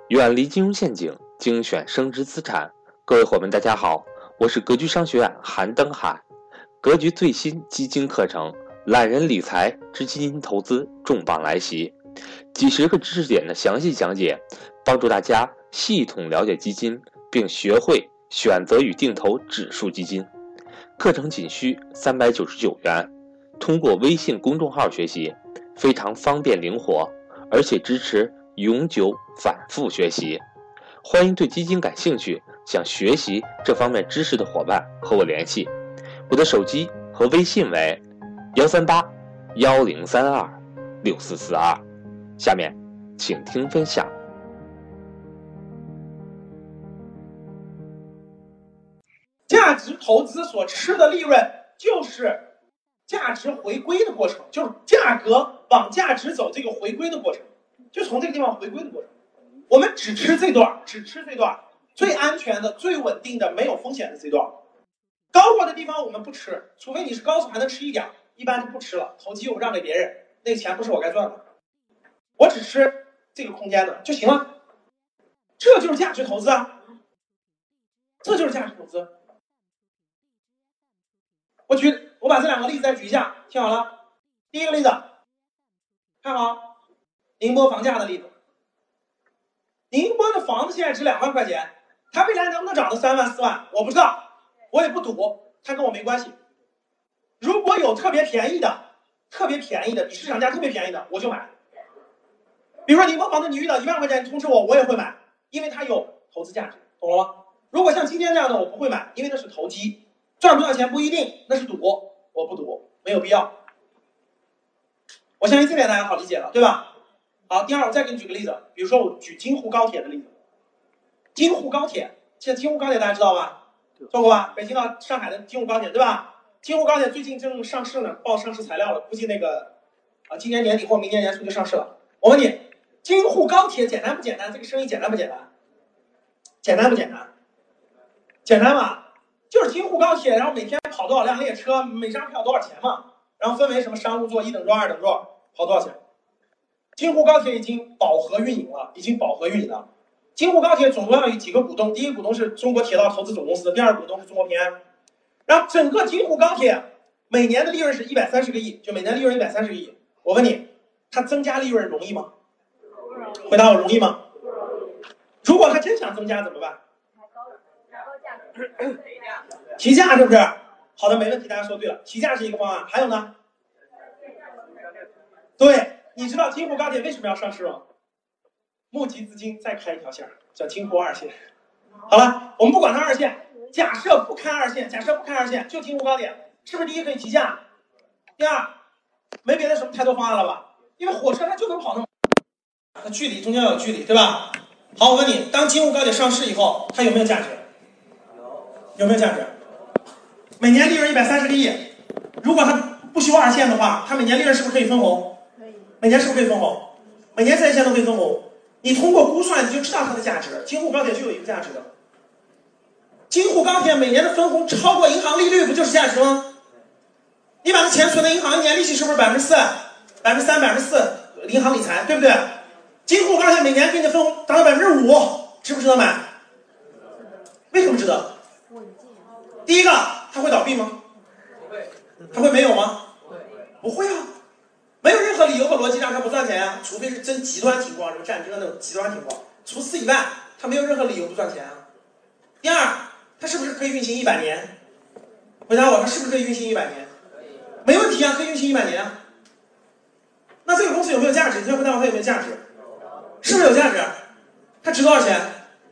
远离金融陷阱，精选升值资产。各位伙伴，大家好，我是格局商学院韩登海。格局最新基金课程《懒人理财之基金投资》重磅来袭，几十个知识点的详细讲解，帮助大家系统了解基金，并学会选择与定投指数基金。课程仅需399元，通过微信公众号学习，非常方便灵活，而且支持永久反复学习。欢迎对基金感兴趣、想学习这方面知识的伙伴和我联系。我的手机和微信为138-1032-6442。下面请听分享。 价值投资所吃的利润就是价值回归的过程，就是价格往价值走这个回归的过程，就从这个地方回归的过程。我们只吃这段，最安全的、最稳定的、没有风险的这段。高过的地方我们不吃，除非你是高手还能吃一点，一般就不吃了。投机我让给别人，那个钱不是我该赚的，我只吃这个空间的就行了。这就是价值投资啊，这就是价值投资。我把这两个例子再举一下，听好了。第一个例子，看好宁波房价的例子。宁波的房子现在值2万块钱，它未来能不能涨到3万4万我不知道，我也不赌，它跟我没关系。如果有特别便宜的比市场价特别便宜的，我就买。比如说宁波房子你遇到1万块钱，你通知我，我也会买，因为它有投资价值，懂了吗？如果像今天这样的我不会买，因为那是投机，赚多少钱不一定，那是赌，我不赌，没有必要。我相信这点大家好理解了，对吧？好，第二我再给你举个例子，比如说我举京沪高铁的例子。京沪高铁，现在京沪高铁大家知道吧？做过吧？北京到上海的京沪高铁，对吧？京沪高铁最近正上市呢，报上市材料了，估计那个今年年底或明年年初就上市了。我问你，京沪高铁简单不简单？这个生意简单不简单？简单不简单？简单吧？就是京沪高铁，然后每天跑多少辆列车，每张票多少钱嘛？然后分为什么商务座、1等座、2等座，跑多少钱？京沪高铁已经饱和运营了，京沪高铁总共要有几个股东？第一个股东是中国铁道投资总公司，第二个股东是中国平安。然后整个京沪高铁每年的利润是130个亿，就每年利润130个亿。我问你，它增加利润容易吗？回答我，容易吗？如果他真想增加怎么办？提价是不是？好的，没问题，大家说对了，提价是一个方案。还有呢？对，你知道京沪高铁为什么要上市吗？募集资金再开一条线，叫京沪2线。好了，我们不管它2线，假设不开2线，就京沪高铁，是不是第一可以提价？第二，没别的什么太多方案了吧？因为火车它就能跑那么，它距离中间要有距离，对吧？好，我问你，当京沪高铁上市以后，它有没有价值？有没有价值？每年利润130个亿，如果它不修2线的话，它每年利润是不是可以分红？每年是不是可以分红？每年3线都可以分红。你通过估算你就知道它的价值。京沪高铁就有一个价值的，京沪高铁每年的分红超过银行利率，不就是价值吗？你把这钱存在银行，一年利息是不是4%、3%、4%？银行理财，对不对？京沪高铁每年给你的分红达到5%，值不值得买？为什么值得？第一个，它会倒闭吗？不会。它会没有吗？不会啊。没有任何理由和逻辑让它不赚钱啊，除非是真极端情况，什么战争那种极端情况。除此以外，它没有任何理由不赚钱啊。第二，它是不是可以运行100年？回答我，它是不是可以运行100年？没问题啊，可以运行100年啊。那这个公司有没有价值？你先回答我，它有没有价值？是不是有价值？它值多少钱？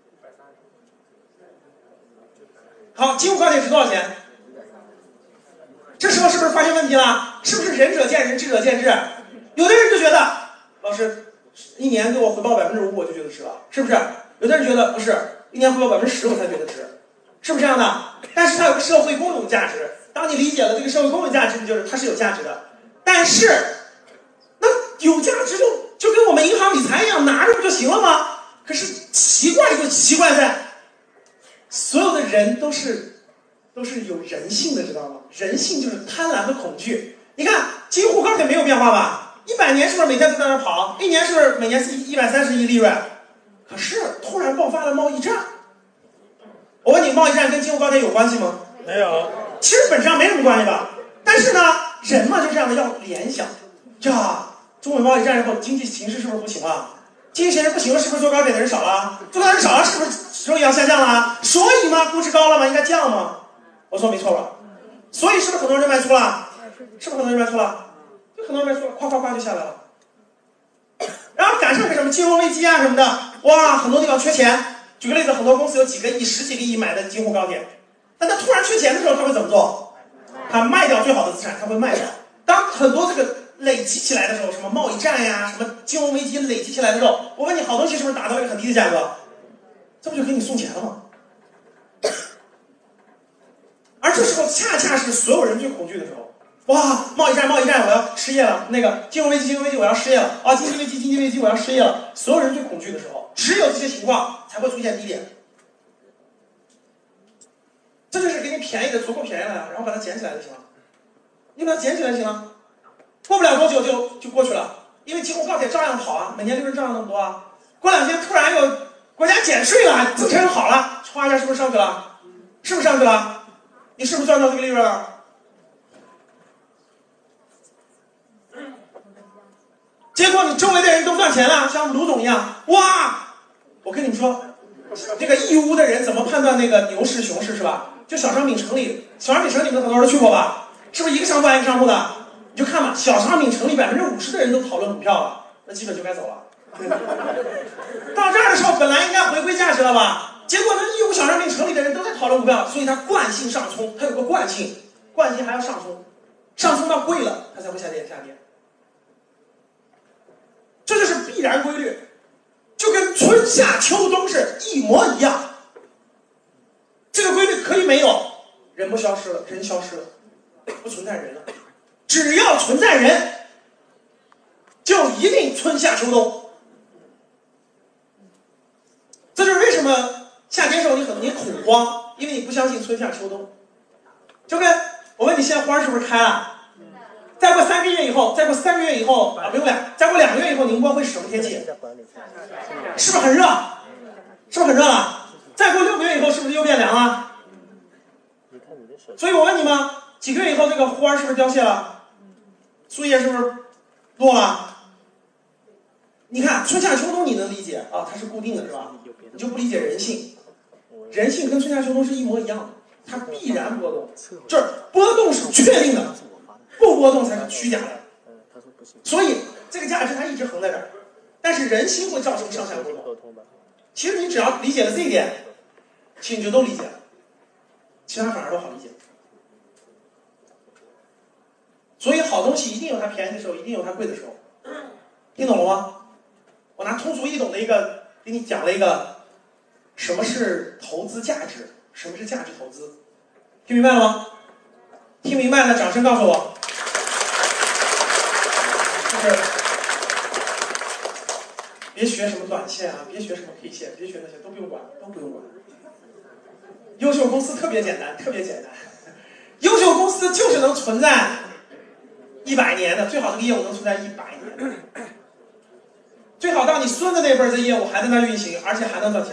好，京沪高铁值多少钱？这时候是不是发现问题了？是不是仁者见仁，智者见智？有的人就觉得，老师1年给我回报5%，我就觉得值了，是不是？有的人觉得不是，1年回报10%，我才觉得值，是不是这样的？但是它有个社会公有价值。当你理解了这个社会公有价值，就是它是有价值的。但是，那有价值就跟我们银行理财一样，拿着不就行了吗？可是奇怪就奇怪在，所有的人都是有人性的，知道吗？人性就是贪婪和恐惧。你看京沪高铁没有变化吧？100年是不是每天都在那跑？1年是不是每年130亿利润？ 可是突然爆发了贸易战。我问你，贸易战跟京沪高铁有关系吗？ 没有。 其实本质上没什么关系吧。但是呢，人嘛就这样的要联想，呀，中美贸易战以后经济形势是不是不行了？经济形势不行了，是不是坐高铁的人少了？坐高铁人少了，是不是收益要下降了？所以嘛，估值高了嘛，应该降嘛。我说没错吧？所以是不是很多人就卖出了？是不是很多人卖出了？就很多人卖出了，夸夸夸就下来了。然后赶上个什么金融危机啊什么的，哇，很多地方缺钱。举个例子，很多公司有几个亿、十几个亿买的京沪高铁，但他突然缺钱的时候，他会怎么做？他卖掉最好的资产，他会卖掉。当很多这个累积起来的时候，什么贸易战呀、什么金融危机累积起来的时候，我问你，好东西是不是打到一个很低的价格？这不就给你送钱了吗？而这时候恰恰是所有人最恐惧的时候。哇，贸易战，我要失业了；那个金融危机，我要失业了；啊，经济危机，我要失业了。所有人最恐惧的时候，只有这些情况才会出现低点。这就是给你便宜的足够便宜了呀，然后把它捡起来就行了。你把它捡起来就行了，过不了多久就过去了，因为京沪高铁照样跑啊，每年利润照样那么多啊。过两天突然有国家减税了，增程好了，唰一下是不是上去了？是不是上去了？你是不是赚到这个利润了？结果你周围的人都赚钱了，像卢总一样，哇！我跟你们说，这个义乌的人怎么判断那个牛市熊市是吧？就小商品城里，小商品城你们很多人去过吧？是不是一个商铺挨一个商铺的？你就看吧，小商品城里50%的人都讨论股票了，那基本就该走了。到这儿的时候，本来应该回归价值了吧？结果呢，义乌小商品城里的人都在讨论股票，所以它惯性上冲，它有个惯性还要上冲，上冲到贵了，它才会下跌。这就是必然规律，就跟春夏秋冬是一模一样。这个规律可以没有，人不消失了，人消失了，不存在人了。只要存在人，就一定春夏秋冬。这就是为什么夏天时候你恐慌，因为你不相信春夏秋冬。就跟我问你，现在花是不是开了？再过3个月以后，再过3个月以后啊，不用了，再过2个月以后，宁波会是什么天气？是不是很热？是不是很热了？再过6个月以后，是不是又变凉了？所以我问你们，几个月以后，这个花是不是凋谢了？树叶是不是落了？你看春夏秋冬你能理解啊，它是固定的，是吧？你就不理解人性，人性跟春夏秋冬是一模一样的，它必然波动，就是波动是确定的。不波动才是虚假的，所以这个价值它一直横在这儿，但是人心会造成上下波动。其实你只要理解了这一点，其实你就都理解了，其他反而都好理解。所以好东西一定有它便宜的时候，一定有它贵的时候，听懂了吗？我拿通俗易懂的一个给你讲了一个什么是投资价值，什么是价值投资，听明白了吗？听明白了，掌声告诉我。就是别学什么短线啊，别学什么 K 线，别学那些，都不用管。优秀公司特别简单。优秀公司就是能存在100年的，最好这个业务能存在100年，最好到你孙子那辈儿，这业务还在那运行，而且还能赚钱，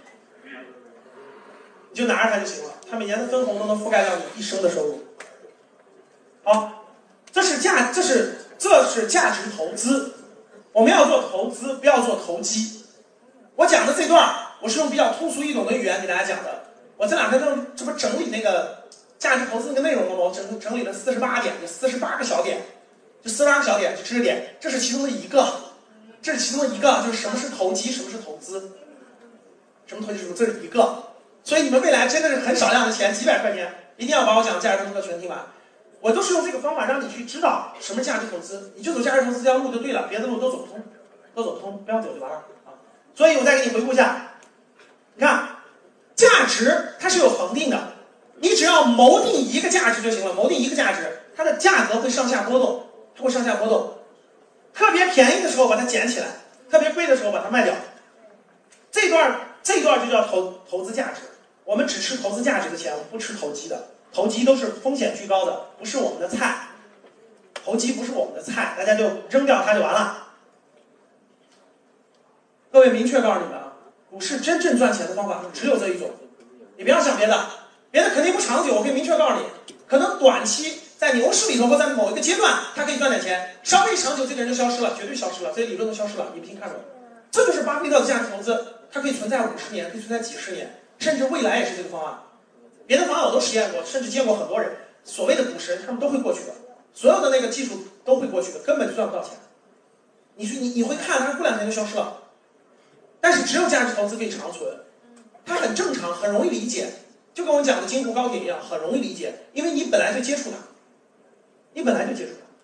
你就拿着它就行了，它每年的分红都能覆盖掉你一生的收入。好，这是价值投资。我们要做投资，不要做投机。我讲的这段，我是用比较通俗易懂的语言给大家讲的。我这2天这不整理那个价值投资那个内容了吗？我整理了48点，就48个小点，就48个小点，就知识点。这是其中的一个，就是什么是投机，什么是投资，什么投机，这是一个。所以你们未来真的是很少量的钱，几百块钱，一定要把我讲的价值投资全听完。我都是用这个方法让你去知道什么价值投资，你就走价值投资这条路就对了，别的路都走不通，不要走就完了啊。所以我再给你回顾一下，你看，价值它是有恒定的，你只要锚定一个价值就行了，锚定一个价值，它的价格会上下波动，特别便宜的时候把它捡起来，特别贵的时候把它卖掉。这段就叫投资价值。我们只吃投资价值的钱，我们不吃投机的。投机都是风险居高的，不是我们的菜。投机不是我们的菜，大家就扔掉它就完了。各位明确告诉你们啊， 股市真正赚钱的方法就只有这一种，你不要想别的，别的肯定不长久。我可以明确告诉你，可能短期在牛市里头或在某一个阶段，他可以赚点钱，稍微长久这个人就消失了，绝对消失了，这些理论都消失了，你不信看着。这就是巴菲特的价值投资，它可以存在50年，可以存在几十年，甚至未来也是这个方案。别的方案我都实验过，甚至见过很多人，所谓的股神他们都会过去的，所有的那个技术都会过去的，根本就赚不到钱。你会看它过2年就消失了，但是只有价值投资可以长存，它很正常，很容易理解，就跟我讲的京沪高铁一样，很容易理解，因为你本来就接触它，你本来就接触它。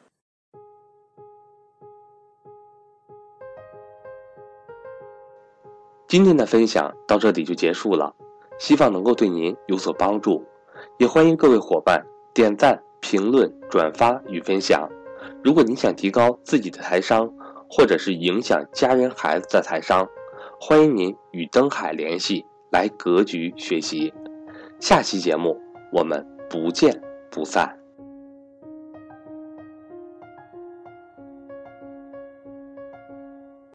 今天的分享到这里就结束了，希望能够对您有所帮助，也欢迎各位伙伴点赞、评论、转发与分享。如果您想提高自己的财商，或者是影响家人孩子的财商，欢迎您与登海联系，来格局学习。下期节目我们不见不散。